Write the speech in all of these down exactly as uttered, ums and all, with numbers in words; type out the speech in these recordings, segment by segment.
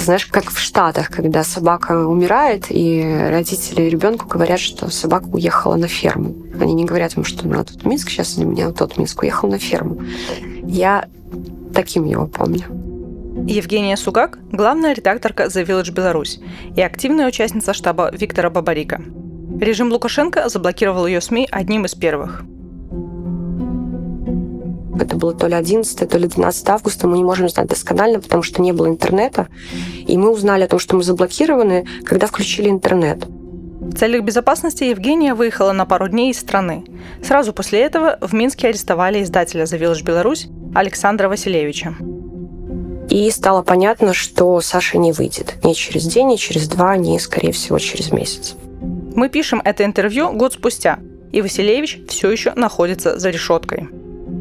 знаешь, как в Штатах, когда собака умирает, и родители ребенку говорят, что собака уехала на ферму. Они не говорят ему, что на тот Минск, сейчас у меня тот Минск уехал на ферму. Я таким его помню. Евгения Сугак – главная редакторка The Village Беларусь и активная участница штаба Виктора Бабарико. Режим Лукашенко заблокировал ее СМИ одним из первых. Это было то ли одиннадцатое, то ли двенадцатое августа, мы не можем знать досконально, потому что не было интернета. И мы узнали о том, что мы заблокированы, когда включили интернет. В целях безопасности Евгения выехала на пару дней из страны. Сразу после этого в Минске арестовали издателя The Village Беларусь Александра Василевича. И стало понятно, что Саша не выйдет. Ни через день, ни через два, ни, скорее всего, через месяц. Мы пишем это интервью год спустя, и Василевич все еще находится за решеткой.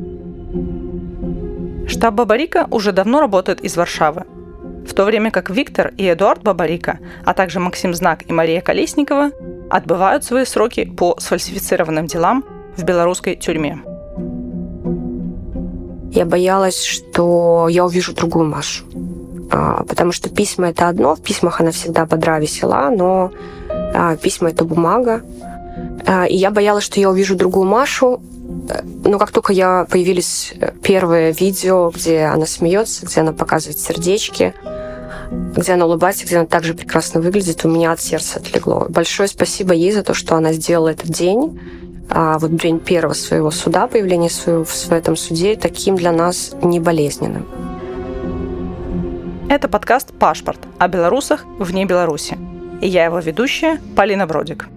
Штаб Бабарико уже давно работает из Варшавы. В то время как Виктор и Эдуард Бабарико, а также Максим Знак и Мария Колесникова отбывают свои сроки по сфальсифицированным делам в белорусской тюрьме. Я боялась, что я увижу другую Машу. Потому что письма — это одно, в письмах она всегда бодра, весела, но письма — это бумага. И я боялась, что я увижу другую Машу, но как только я появились первые видео, где она смеется, где она показывает сердечки, где она улыбается, где она также прекрасно выглядит, у меня от сердца отлегло. Большое спасибо ей за то, что она сделала этот день. А вот день первого своего суда, появления своего в этом суде, таким для нас не болезненным. Это подкаст «Пашпорт» о белорусах вне Беларуси. И я его ведущая Полина Бродик.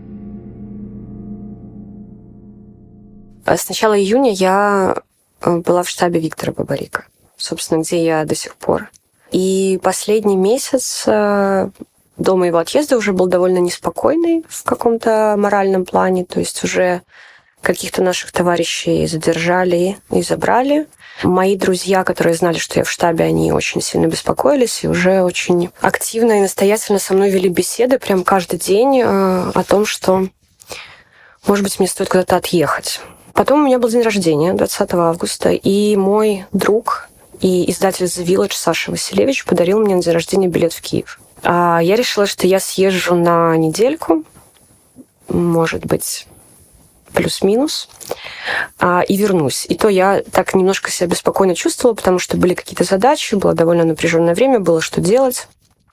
С начала июня я была в штабе Виктора Бабарико, собственно, где я до сих пор. И последний месяц до моего отъезда уже был довольно неспокойный в каком-то моральном плане, то есть уже каких-то наших товарищей задержали и забрали. Мои друзья, которые знали, что я в штабе, они очень сильно беспокоились и уже очень активно и настоятельно со мной вели беседы прям каждый день о том, что, может быть, мне стоит куда-то отъехать. Потом у меня был день рождения, двадцатого августа, и мой друг и издатель The Village Саша Василевич подарил мне на день рождения билет в Киев. Я решила, что я съезжу на недельку, может быть, плюс-минус, и вернусь. И то я так немножко себя беспокойно чувствовала, потому что были какие-то задачи, было довольно напряженное время, было что делать.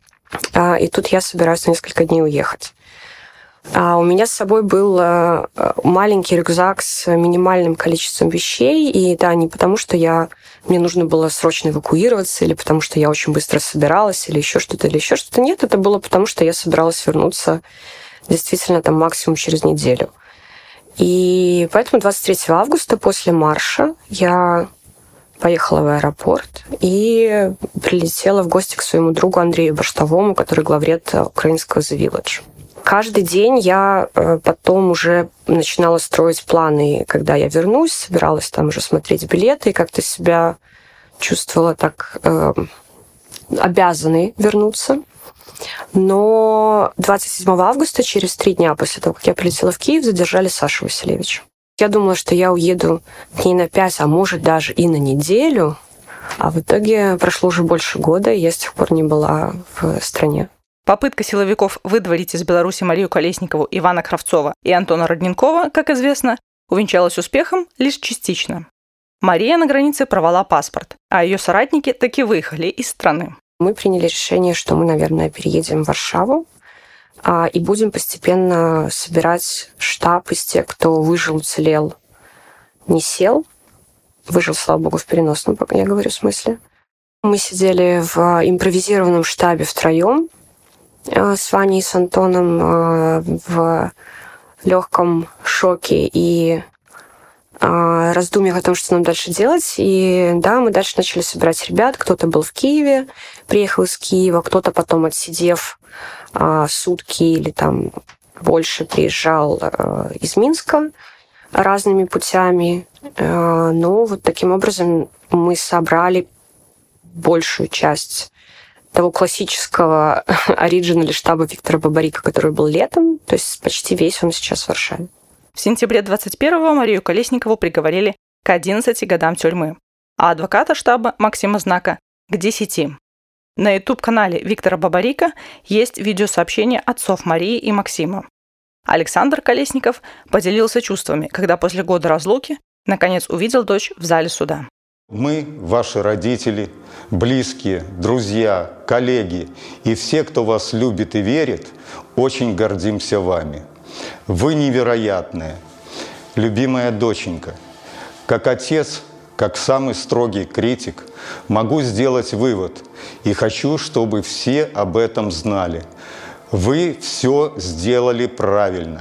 И тут я собираюсь на несколько дней уехать. У меня с собой был маленький рюкзак с минимальным количеством вещей, и да, не потому, что я, мне нужно было срочно эвакуироваться, или потому, что я очень быстро собиралась, или еще что-то, или еще что-то. Нет, это было потому, что я собиралась вернуться действительно там максимум через неделю. И поэтому двадцать третьего августа после марша я поехала в аэропорт и прилетела в гости к своему другу Андрею Баштовому, который главред украинского The Village. Каждый день я потом уже начинала строить планы, когда я вернусь, собиралась там уже смотреть билеты и как-то себя чувствовала так э, обязанной вернуться. Но двадцать седьмого августа, через три дня после того, как я прилетела в Киев, задержали Сашу Василевича. Я думала, что я уеду дней на пять, а может даже и на неделю, а в итоге прошло уже больше года, и я с тех пор не была в стране. Попытка силовиков выдворить из Беларуси Марию Колесникову, Ивана Кравцова и Антона Родненкова, как известно, увенчалась успехом лишь частично. Мария на границе порвала паспорт, а ее соратники таки выехали из страны. Мы приняли решение, что мы, наверное, переедем в Варшаву а, и будем постепенно собирать штаб из тех, кто выжил, уцелел, не сел. Выжил, слава богу, в переносном, пока я говорю, в смысле. Мы сидели в импровизированном штабе втроем с Ваней и с Антоном в легком шоке и раздумьях о том, что нам дальше делать. И да, мы дальше начали собирать ребят. Кто-то был в Киеве, приехал из Киева, кто-то потом, отсидев сутки или там больше, приезжал из Минска разными путями. Но вот таким образом мы собрали большую часть того классического оригинала штаба Виктора Бабарико, который был летом, то есть почти весь он сейчас в Варшаве. В сентябре двадцать первого Марию Колесникову приговорили к одиннадцати годам тюрьмы, а адвоката штаба Максима Знака – к десяти. На ютуб-канале Виктора Бабарика есть видеосообщение отцов Марии и Максима. Александр Колесников поделился чувствами, когда после года разлуки наконец увидел дочь в зале суда. Мы, ваши родители, близкие, друзья, коллеги и все, кто вас любит и верит, очень гордимся вами. Вы невероятная, любимая доченька. Как отец, как самый строгий критик, могу сделать вывод и хочу, чтобы все об этом знали. Вы все сделали правильно.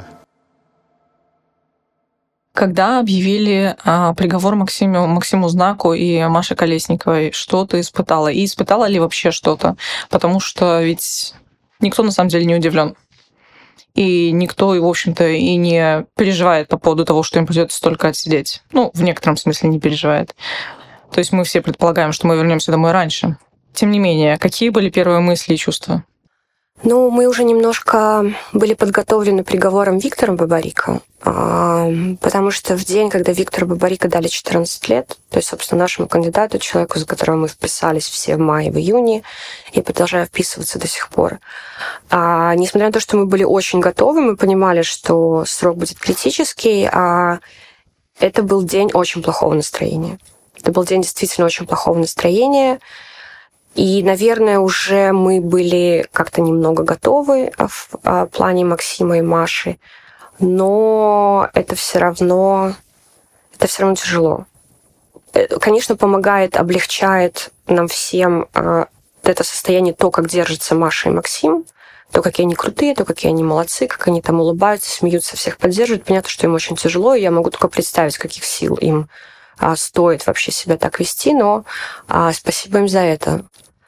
Когда объявили а, приговор Максиму, Максиму Знаку и Маше Колесниковой, что ты испытала? И испытала ли вообще что-то? Потому что ведь никто на самом деле не удивлен. И никто, в общем-то, и не переживает по поводу того, что им придется столько отсидеть. Ну, в некотором смысле не переживает. То есть мы все предполагаем, что мы вернемся домой раньше. Тем не менее, какие были первые мысли и чувства? Ну, мы уже немножко были подготовлены приговором Виктора Бабарика, потому что в день, когда Виктору Бабарика дали четырнадцать лет, то есть, собственно, нашему кандидату, человеку, за которого мы вписались все в мае, в июне, и продолжаем вписываться до сих пор. А, несмотря на то, что мы были очень готовы, мы понимали, что срок будет критический, а это был день очень плохого настроения. Это был день действительно очень плохого настроения. И, наверное, уже мы были как-то немного готовы в плане Максима и Маши, но это все равно, это все равно тяжело. Конечно, помогает, облегчает нам всем это состояние, то, как держатся Маша и Максим, то, какие они крутые, то, какие они молодцы, как они там улыбаются, смеются, всех поддерживают. Понятно, что им очень тяжело, и я могу только представить, каких сил им стоит вообще себя так вести, но спасибо им за это.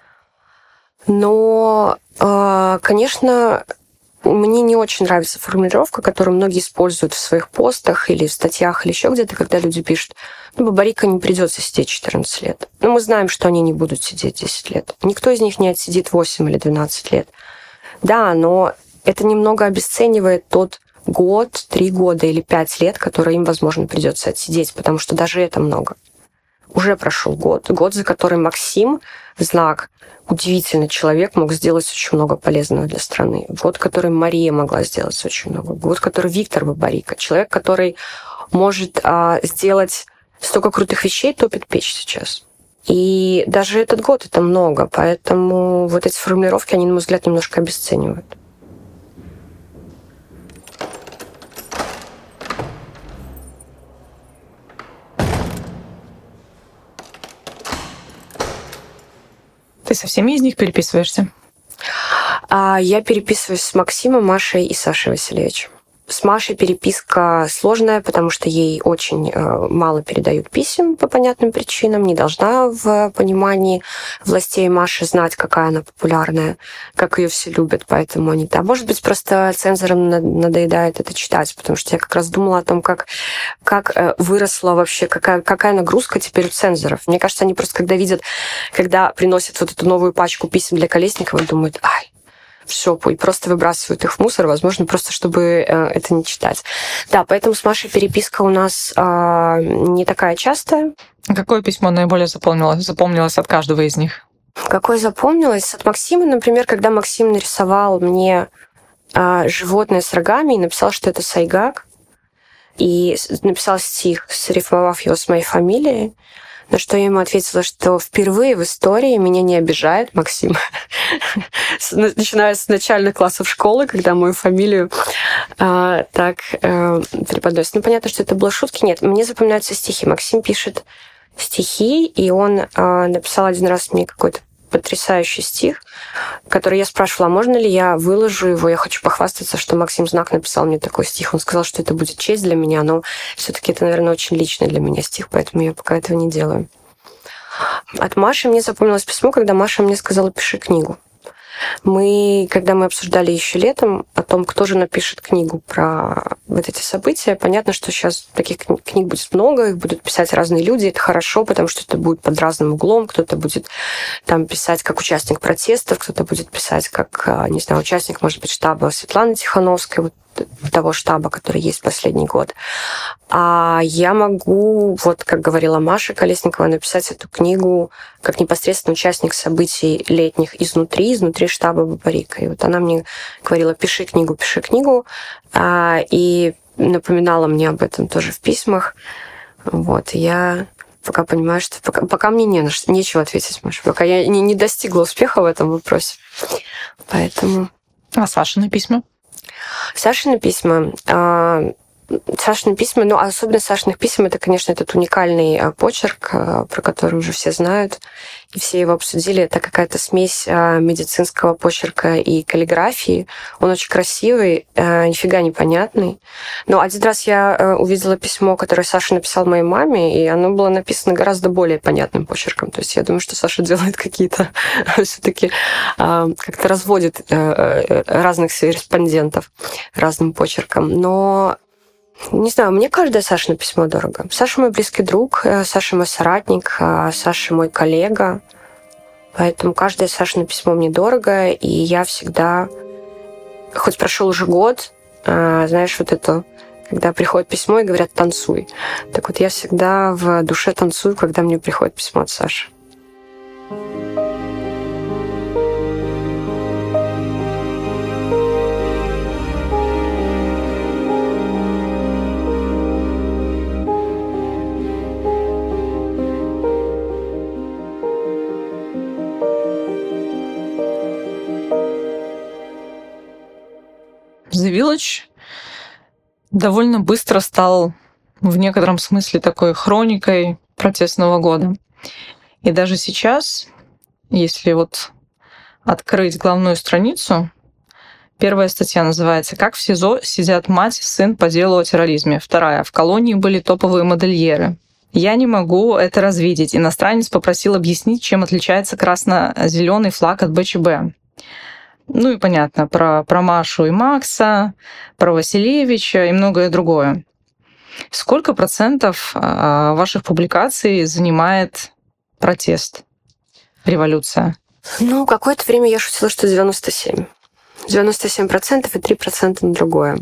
Но, конечно, мне не очень нравится формулировка, которую многие используют в своих постах или в статьях, или еще где-то, когда люди пишут, ну, Бабарика не придется сидеть четырнадцать лет. Но мы знаем, что они не будут сидеть десять лет. Никто из них не отсидит восемь или двенадцать лет. Да, но это немного обесценивает тот год, три года или пять лет, которые им, возможно, придется отсидеть, потому что даже это много. Уже прошел год. Год, за который Максим Знак, удивительный человек, мог сделать очень много полезного для страны. Год, который Мария могла сделать очень много. Год, который Виктор Бабарика. Человек, который может а, сделать столько крутых вещей, топит печь сейчас. И даже этот год это много. Поэтому вот эти формулировки, они, на мой взгляд, немножко обесценивают. Ты со всеми из них переписываешься? Я переписываюсь с Максимом, Машей и Сашей Васильевичем. С Машей переписка сложная, потому что ей очень мало передают писем по понятным причинам. Не должна в понимании властей Маши знать, какая она популярная, как ее все любят, поэтому они там. Может быть, просто цензорам надоедает это читать, потому что я как раз думала о том, как, как выросла вообще, какая, какая нагрузка теперь у цензоров. Мне кажется, они просто, когда видят, когда приносят вот эту новую пачку писем для Колесникова, думают, ай, в шопу и просто выбрасывают их в мусор, возможно, просто чтобы э, это не читать. Да, поэтому с Машей переписка у нас э, не такая частая. Какое письмо наиболее запомнилось, запомнилось от каждого из них? Какое запомнилось? От Максима, например, когда Максим нарисовал мне э, животное с рогами и написал, что это сайгак, и написал стих, срифмовав его с моей фамилией, на что я ему ответила, что впервые в истории меня не обижает Максим. Начиная с начальных классов школы, когда мою фамилию э, так э, преподносят. Ну, понятно, что это было шутки. Нет, мне запоминаются стихи. Максим пишет стихи, и он э, написал один раз мне какой-то потрясающий стих, который я спрашивала, а можно ли я выложу его, я хочу похвастаться, что Максим Знак написал мне такой стих. Он сказал, что это будет честь для меня, но все-таки это, наверное, очень личный для меня стих, поэтому я пока этого не делаю. От Маши мне запомнилось письмо, когда Маша мне сказала, пиши книгу. Мы, когда мы обсуждали еще летом о том, кто же напишет книгу про вот эти события, понятно, что сейчас таких книг будет много, их будут писать разные люди, это хорошо, потому что это будет под разным углом, кто-то будет там писать как участник протестов, кто-то будет писать как, не знаю, участник, может быть, штаба Светланы Тихановской, вот того штаба, который есть последний год. А я могу, вот как говорила Маша Колесникова, написать эту книгу как непосредственно участник событий летних изнутри, изнутри штаба Бабарика. И вот она мне говорила: пиши книгу, пиши книгу. И напоминала мне об этом тоже в письмах. Вот, я пока понимаю, что пока, пока мне не, нечего ответить, Маша, пока я не, не достигла успеха в этом вопросе. Поэтому... А Сашины письма? Сашины письма... Сашины письма, ну, особенно Сашиных писем, это, конечно, этот уникальный почерк, про который уже все знают, и все его обсудили. Это какая-то смесь медицинского почерка и каллиграфии. Он очень красивый, нифига непонятный. Но один раз я увидела письмо, которое Саша написал моей маме, и оно было написано гораздо более понятным почерком. То есть я думаю, что Саша делает какие-то... все-таки как-то разводит разных своих респондентов разным почерком. Но не знаю, мне каждое Сашино письмо дорого. Саша мой близкий друг, Саша мой соратник, Саша мой коллега. Поэтому каждое Сашино письмо мне дорого, и я всегда... Хоть прошел уже год, знаешь, вот это, когда приходит письмо и говорят «танцуй». Так вот, я всегда в душе танцую, когда мне приходит письмо от Саши. The Village довольно быстро стал в некотором смысле такой хроникой протестного года. И даже сейчас, если вот открыть главную страницу, первая статья называется «Как в СИЗО сидят мать и сын по делу о терроризме». Вторая «В колонии были топовые модельеры». Я не могу это развидеть. Иностранец попросил объяснить, чем отличается красно-зеленый флаг от БЧБ. Ну и понятно, про, про Машу и Макса, про Василевича и многое другое. Сколько процентов ваших публикаций занимает протест, революция? Ну, какое-то время я шутила, что девяносто семь. девяносто семь процентов и три процента на другое.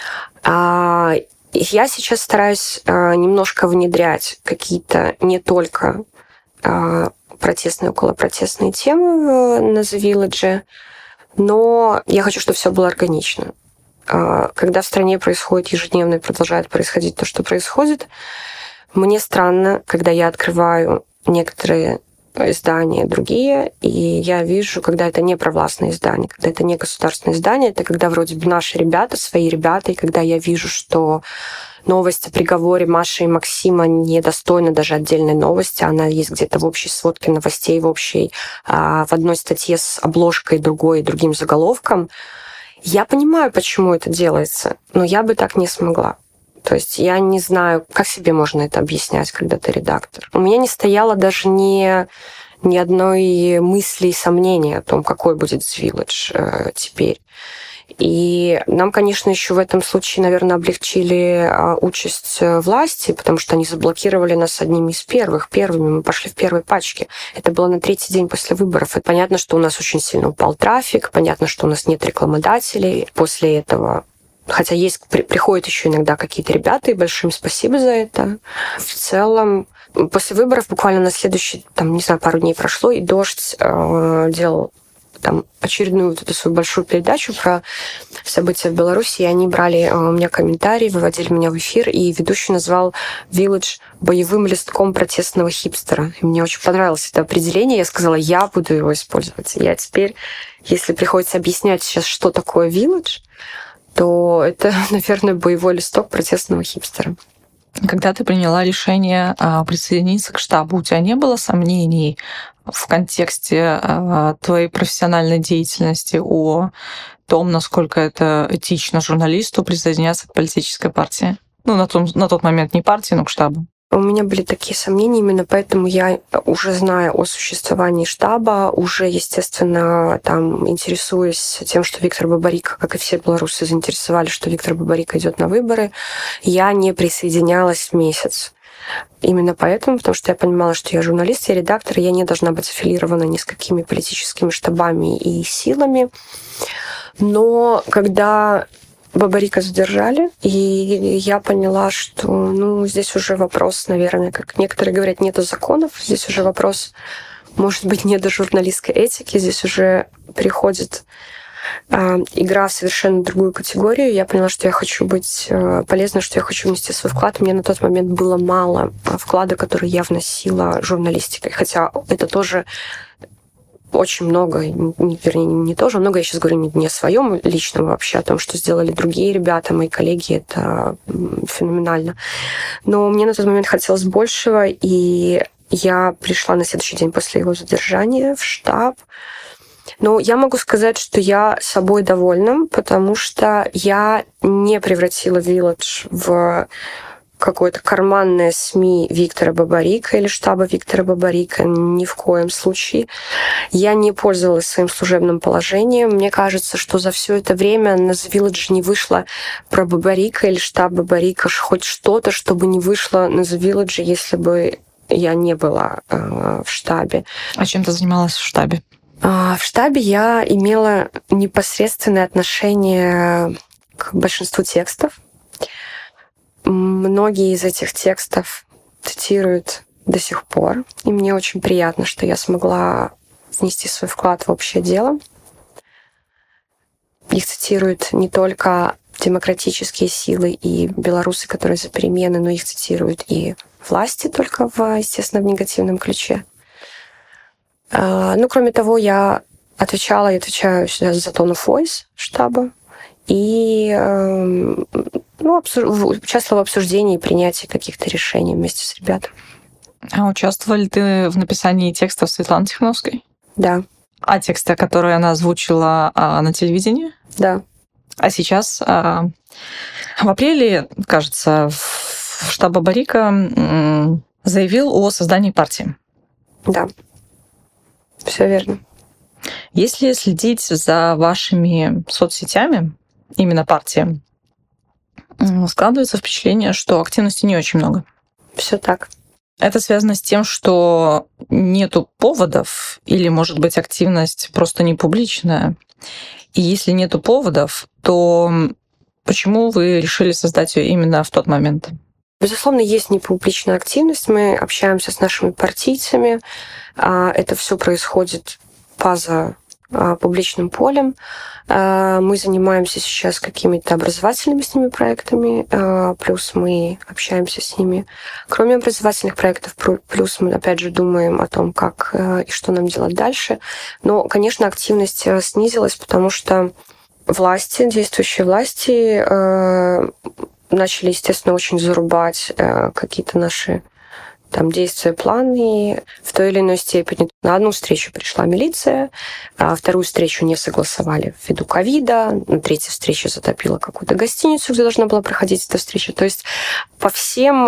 А я сейчас стараюсь немножко внедрять какие-то не только протестные, околопротестные темы на The Village, но я хочу, чтобы все было органично. Когда в стране происходит ежедневно и продолжает происходить то, что происходит, мне странно, когда я открываю некоторые издания, другие, и я вижу, когда это не провластные издания, когда это не государственные издания, это когда вроде бы наши ребята, свои ребята, и когда я вижу, что новость о приговоре Маши и Максима недостойна даже отдельной новости. Она есть где-то в общей сводке новостей, в общей, в одной статье с обложкой, другой и другим заголовком. Я понимаю, почему это делается, но я бы так не смогла. То есть я не знаю, как себе можно это объяснять, когда ты редактор. У меня не стояло даже ни, ни одной мысли и сомнения о том, какой будет The Village э, теперь. И нам, конечно, еще в этом случае, наверное, облегчили участь власти, потому что они заблокировали нас одними из первых. Первыми мы пошли в первой пачке. Это было на третий день после выборов. И понятно, что у нас очень сильно упал трафик, понятно, что у нас нет рекламодателей. После этого, хотя есть, при, приходят еще иногда какие-то ребята, и большое им спасибо за это. В целом, после выборов буквально на следующий, там, не знаю, пару дней прошло, и «Дождь» э, делал там очередную вот эту свою большую передачу про события в Беларуси, и они брали у меня комментарии, выводили меня в эфир, и ведущий назвал Village боевым листком протестного хипстера. И мне очень понравилось это определение. Я сказала, я буду его использовать. Я теперь, если приходится объяснять сейчас, что такое Village, то это, наверное, боевой листок протестного хипстера. Когда ты приняла решение присоединиться к штабу, у тебя не было сомнений в контексте твоей профессиональной деятельности о том, насколько это этично журналисту присоединяться к политической партии? Ну, на, том, на тот момент не партии, но к штабу. У меня были такие сомнения, именно поэтому я, уже зная о существовании штаба, уже, естественно, там интересуясь тем, что Виктор Бабарика, как и все белорусы, заинтересовали, что Виктор Бабарика идет на выборы, я не присоединялась месяц. Именно поэтому, потому что я понимала, что я журналист, я редактор, и я не должна быть аффилирована ни с какими политическими штабами и силами. Но когда Бабарика задержали, и я поняла, что ну, здесь уже вопрос, наверное, как некоторые говорят, нету законов, здесь уже вопрос, может быть, не до журналистской этики, здесь уже переходит э, игра в совершенно другую категорию. Я поняла, что я хочу быть э, полезной, что я хочу внести свой вклад. Мне на тот момент было мало вклада, который я вносила журналистикой, хотя это тоже очень много, не, вернее, не тоже много, я сейчас говорю не, не о своем личном вообще, о том, что сделали другие ребята, мои коллеги, это феноменально. Но мне на тот момент хотелось большего, и я пришла на следующий день после его задержания в штаб. Но я могу сказать, что я собой довольна, потому что я не превратила Village в какое-то карманное СМИ Виктора Бабарика или штаба Виктора Бабарика. Ни в коем случае. Я не пользовалась своим служебным положением. Мне кажется, что за все это время на The Village не вышло про Бабарика или штаб Бабарика хоть что-то, чтобы не вышло на The Village, если бы я не была э, в штабе. А чем ты занималась в штабе? В штабе я имела непосредственное отношение к большинству текстов. Многие из этих текстов цитируют до сих пор, и мне очень приятно, что я смогла внести свой вклад в общее дело. Их цитируют не только демократические силы и белорусы, которые за перемены, но их цитируют и власти, только, в, естественно, в негативном ключе. Ну, кроме того, я отвечала и отвечаю за Tone of Voice штаба и ну, участвовала в обсуждении и принятии каких-то решений вместе с ребятами. А участвовали ты в написании текстов Светланы Тихановской? Да. А тексты, которые она озвучила на телевидении? Да. А сейчас, в апреле, кажется, штаб Бабарика заявил о создании партии. Да. Все верно. Если следить за вашими соцсетями, именно партии, складывается впечатление, что активности не очень много. Все так. Это связано с тем, что нету поводов, или, может быть, активность просто не публичная. И если нету поводов, то почему вы решили создать ее именно в тот момент? Безусловно, есть непубличная активность. Мы общаемся с нашими партийцами. Это все происходит поза публичным полем. Мы занимаемся сейчас какими-то образовательными с ними проектами, плюс мы общаемся с ними. Кроме образовательных проектов, плюс мы, опять же, думаем о том, как и что нам делать дальше. Но, конечно, активность снизилась, потому что власти, действующие власти, начали, естественно, очень зарубать какие-то наши там действия, планы в той или иной степени. На одну встречу пришла милиция, а вторую встречу не согласовали ввиду ковида, на третьей встрече затопила какую-то гостиницу, где должна была проходить эта встреча. То есть по всем,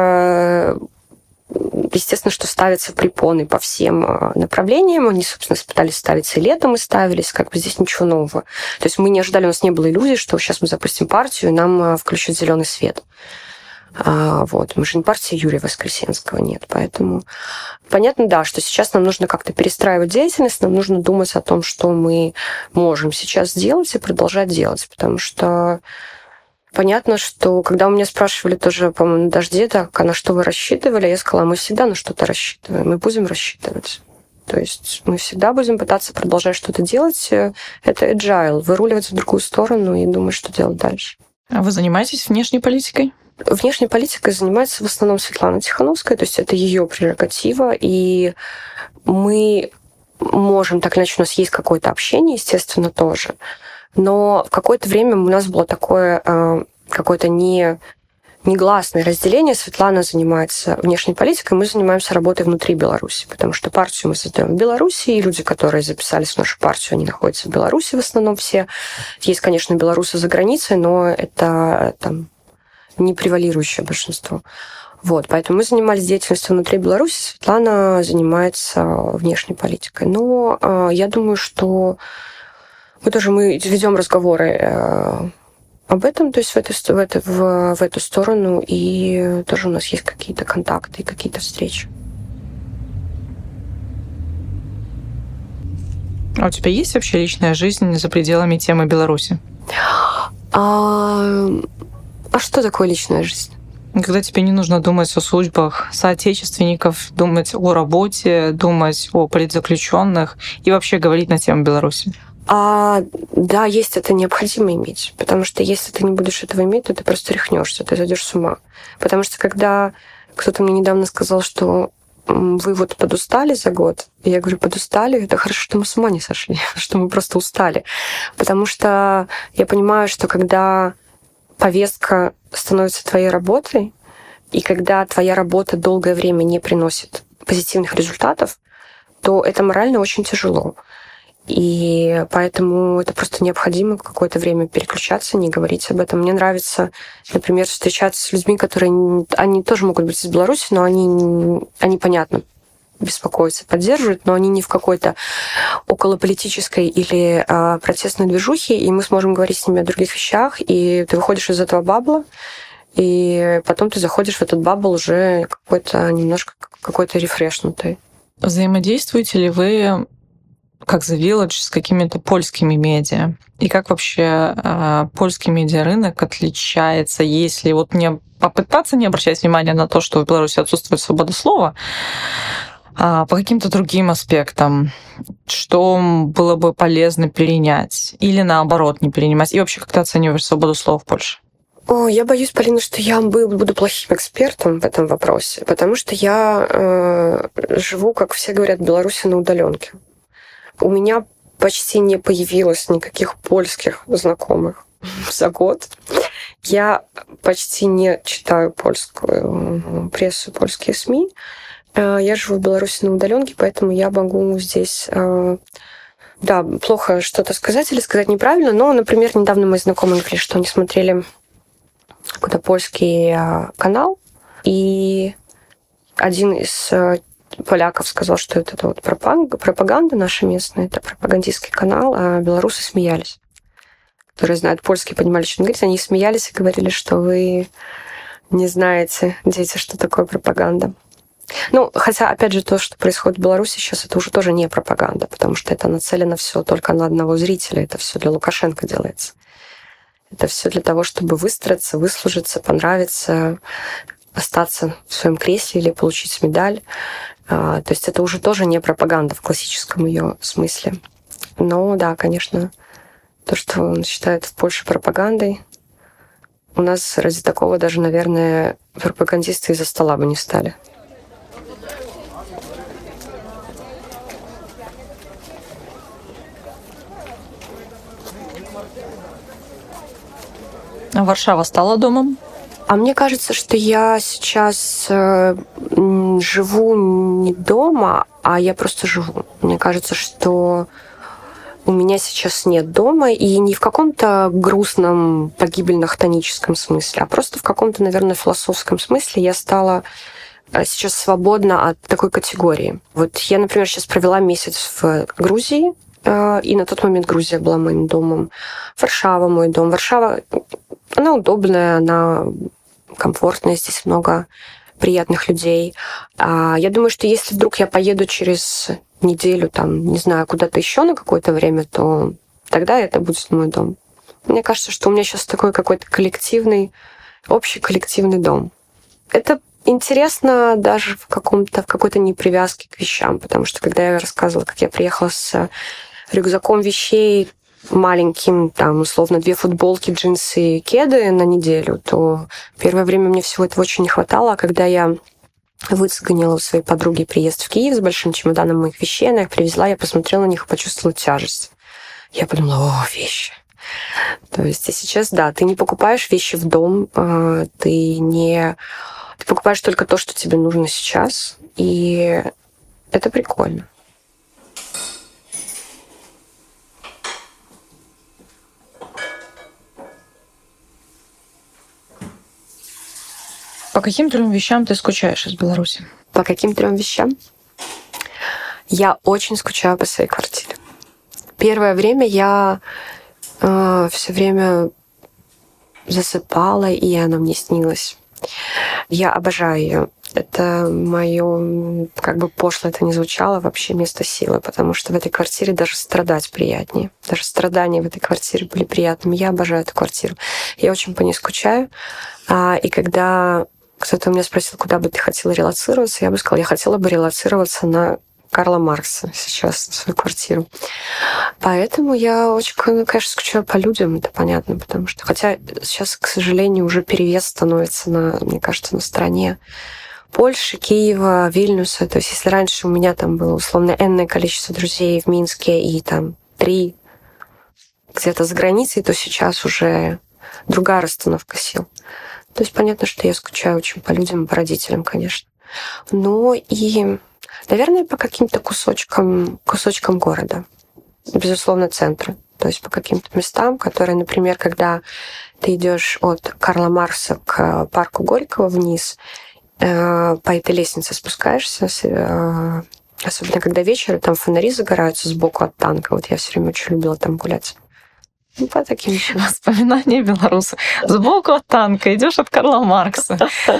естественно, что ставятся препоны по всем направлениям. Они, собственно, пытались ставиться и летом, и ставились. Как бы здесь ничего нового. То есть мы не ожидали, у нас не было иллюзий, что сейчас мы запустим партию, и нам включат зеленый свет. А, вот. Мы же не партия Юрия Воскресенского, нет. Поэтому понятно, да, что сейчас нам нужно как-то перестраивать деятельность, нам нужно думать о том, что мы можем сейчас сделать и продолжать делать. Потому что понятно, что когда у меня спрашивали тоже, по-моему, на «Дожде», так, а на что вы рассчитывали, я сказала, мы всегда на что-то рассчитываем, мы будем рассчитывать. То есть мы всегда будем пытаться продолжать что-то делать. Это agile, выруливать в другую сторону и думать, что делать дальше. А вы занимаетесь внешней политикой? Внешней политикой занимается в основном Светлана Тихановская, то есть это ее прерогатива, и мы можем, так или иначе, у нас есть какое-то общение, естественно, тоже, но в какое-то время у нас было такое какое-то не, негласное разделение. Светлана занимается внешней политикой, мы занимаемся работой внутри Беларуси, потому что партию мы создаем в Беларуси, и люди, которые записались в нашу партию, они находятся в Беларуси в основном все. Есть, конечно, белорусы за границей, но это там не превалирующее большинство. Вот, поэтому мы занимались деятельностью внутри Беларуси, Светлана занимается внешней политикой. Но э, я думаю, что мы тоже мы ведем разговоры э, об этом, то есть в эту, в, эту, в, в эту сторону, и тоже у нас есть какие-то контакты и какие-то встречи. А у тебя есть вообще личная жизнь за пределами темы Беларуси? А, а что такое личная жизнь? Когда тебе не нужно думать о судьбах соотечественников, думать о работе, думать о политзаключенных и вообще говорить на тему Беларуси. А, да, есть это необходимо иметь, потому что если ты не будешь этого иметь, то ты просто рехнешься, ты зайдешь с ума. Потому что когда кто-то мне недавно сказал, что вы вот подустали за год, и я говорю, подустали, это хорошо, что мы с ума не сошли, что мы просто устали. Потому что я понимаю, что когда повестка становится твоей работой, и когда твоя работа долгое время не приносит позитивных результатов, то это морально очень тяжело. И поэтому это просто необходимо какое-то время переключаться, не говорить об этом. Мне нравится, например, встречаться с людьми, которые... Они тоже могут быть из Беларуси, но они, они понятно, беспокоятся, поддерживают, но они не в какой-то околополитической или а, протестной движухе, и мы сможем говорить с ними о других вещах, и ты выходишь из этого бабла, и потом ты заходишь в этот бабл уже какой-то немножко какой-то рефрешнутый. Взаимодействуете ли вы как The Village с какими-то польскими медиа? И как вообще э, польский медиарынок отличается, если вот не попытаться не обращать внимания на то, что в Беларуси отсутствует свобода слова, а по каким-то другим аспектам, что было бы полезно перенять или наоборот не перенимать? И вообще, как ты оцениваешь свободу слова в Польше? О, я боюсь, Полина, что я буду плохим экспертом в этом вопросе, потому что я э, живу, как все говорят, в Беларуси на удаленке. У меня почти не появилось никаких польских знакомых за год. Я почти не читаю польскую прессу, польские СМИ. Я живу в Беларуси на удаленке, поэтому я могу здесь, да, плохо что-то сказать или сказать неправильно, но, например, недавно мои знакомые говорили, что они смотрели какой-то польский канал, и один из поляков сказал, что это, это вот пропаганда, пропаганда наша местная, это пропагандистский канал, а белорусы смеялись. Которые знают польский, понимали, что он говорит, они смеялись и говорили, что вы не знаете, дети, что такое пропаганда. Ну, хотя, опять же, то, что происходит в Беларуси сейчас, это уже тоже не пропаганда, потому что это нацелено все только на одного зрителя, это все для Лукашенко делается. Это все для того, чтобы выстроиться, выслужиться, понравиться, остаться в своем кресле или получить медаль. То есть это уже тоже не пропаганда в классическом ее смысле. Но да, конечно, то, что он считает в Польше пропагандой, у нас ради такого даже, наверное, пропагандисты из-за стола бы не стали. А Варшава стала домом? А мне кажется, что я сейчас э, живу не дома, а я просто живу. Мне кажется, что у меня сейчас нет дома, и не в каком-то грустном, погибельно-хтоническом смысле, а просто в каком-то, наверное, философском смысле я стала сейчас свободна от такой категории. Вот я, например, сейчас провела месяц в Грузии, э, и на тот момент Грузия была моим домом. Варшава мой дом. Варшава, она удобная, она комфортная, здесь много приятных людей. А я думаю, что если вдруг я поеду через неделю, там, не знаю, куда-то еще на какое-то время, то тогда это будет мой дом. Мне кажется, что у меня сейчас такой какой-то коллективный, общий коллективный дом. Это интересно даже в каком-то, в какой-то непривязке к вещам, потому что когда я рассказывала, как я приехала с рюкзаком вещей, маленьким, там, условно, две футболки, джинсы и кеды на неделю, то первое время мне всего этого очень не хватало, а когда я выцегонила у своей подруги приезд в Киев с большим чемоданом моих вещей, она их привезла, я посмотрела на них и почувствовала тяжесть. Я подумала, о, вещи. То есть и сейчас, да, ты не покупаешь вещи в дом, ты не... Ты покупаешь только то, что тебе нужно сейчас, и это прикольно. По каким трем вещам ты скучаешь из Беларуси? По каким трем вещам? Я очень скучаю по своей квартире. Первое время я э, все время засыпала, и она мне снилась. Я обожаю ее. Это мое, как бы пошло это ни звучало, вообще место силы, потому что в этой квартире даже страдать приятнее. Даже страдания в этой квартире были приятными. Я обожаю эту квартиру. Я очень по ней скучаю. И когда кто-то у меня спросил, куда бы ты хотела релоцироваться, я бы сказала, я хотела бы релоцироваться на Карла Маркса сейчас, на свою квартиру. Поэтому я очень, конечно, скучаю по людям, это понятно, потому что... Хотя сейчас, к сожалению, уже перевес становится, на, мне кажется, на стороне Польши, Киева, Вильнюса. То есть если раньше у меня там было условно энное количество друзей в Минске и там три где-то за границей, то сейчас уже другая расстановка сил. То есть понятно, что я скучаю очень по людям и по родителям, конечно. Но и, наверное, по каким-то кусочкам, кусочкам города. Безусловно, центра. То есть по каким-то местам, которые, например, когда ты идешь от Карла Маркса к парку Горького вниз, по этой лестнице спускаешься, особенно когда вечером, там фонари загораются сбоку от танка. Вот я все время очень любила там гулять. Ну, по таким воспоминания белоруса. Сбоку от танка идешь от Карла Маркса.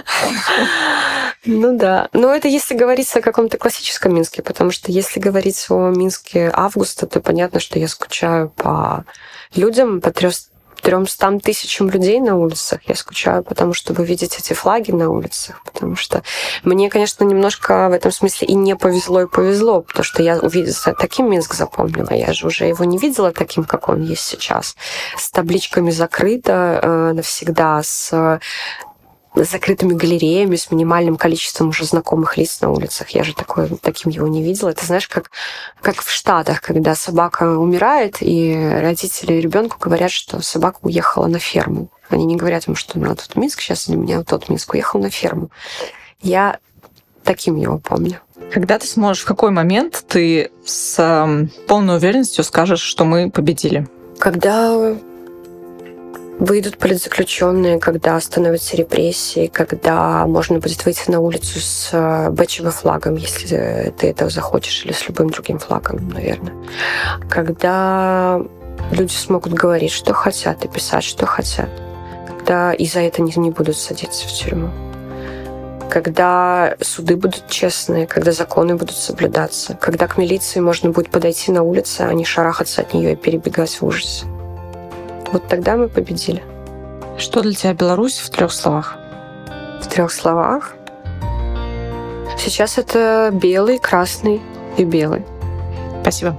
Ну да. Но это если говорить о каком-то классическом Минске, потому что если говорить о Минске августа, то понятно, что я скучаю по людям, по трёмстам тысячам людей на улицах. Я скучаю потому, чтобы видеть эти флаги на улицах, потому что мне, конечно, немножко в этом смысле и не повезло, и повезло, потому что я увидела, таким Минск запомнила. Я же уже его не видела таким, как он есть сейчас. С табличками «закрыто» э, навсегда, с закрытыми галереями, с минимальным количеством уже знакомых лиц на улицах. Я же такое, таким его не видела. Это, знаешь, как, как в Штатах, когда собака умирает, и родители ребенку говорят, что собака уехала на ферму. Они не говорят ему, что ну, тут Минск сейчас, или у меня вот тот Минск уехал на ферму. Я таким его помню. Когда ты сможешь, в какой момент ты с э, полной уверенностью скажешь, что мы победили? Когда выйдут политзаключенные, когда остановятся репрессии, когда можно будет выйти на улицу с БЧВ флагом, если ты этого захочешь, или с любым другим флагом, наверное. Когда люди смогут говорить, что хотят, и писать, что хотят. Когда и за это не, не будут садиться в тюрьму. Когда суды будут честные, когда законы будут соблюдаться, когда к милиции можно будет подойти на улице, а не шарахаться от нее и перебегать в ужасе. Вот тогда мы победили. Что для тебя Беларусь в трех словах? В трех словах? Сейчас это белый, красный и белый. Спасибо.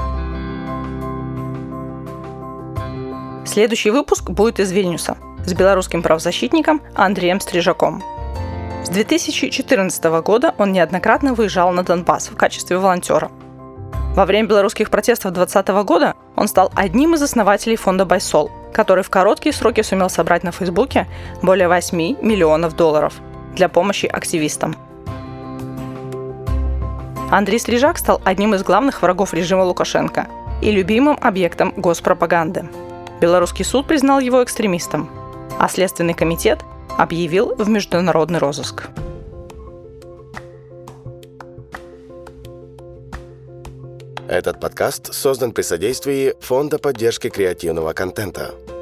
Следующий выпуск будет из Вильнюса с белорусским правозащитником Андреем Стрижаком. С две тысячи четырнадцатого года он неоднократно выезжал на Донбасс в качестве волонтера. Во время белорусских протестов двадцатого года он стал одним из основателей фонда «Байсол», который в короткие сроки сумел собрать на Фейсбуке более восемь миллионов долларов для помощи активистам. Андрей Стрижак стал одним из главных врагов режима Лукашенко и любимым объектом госпропаганды. Белорусский суд признал его экстремистом, а Следственный комитет объявил в международный розыск. Этот подкаст создан при содействии Фонда поддержки креативного контента.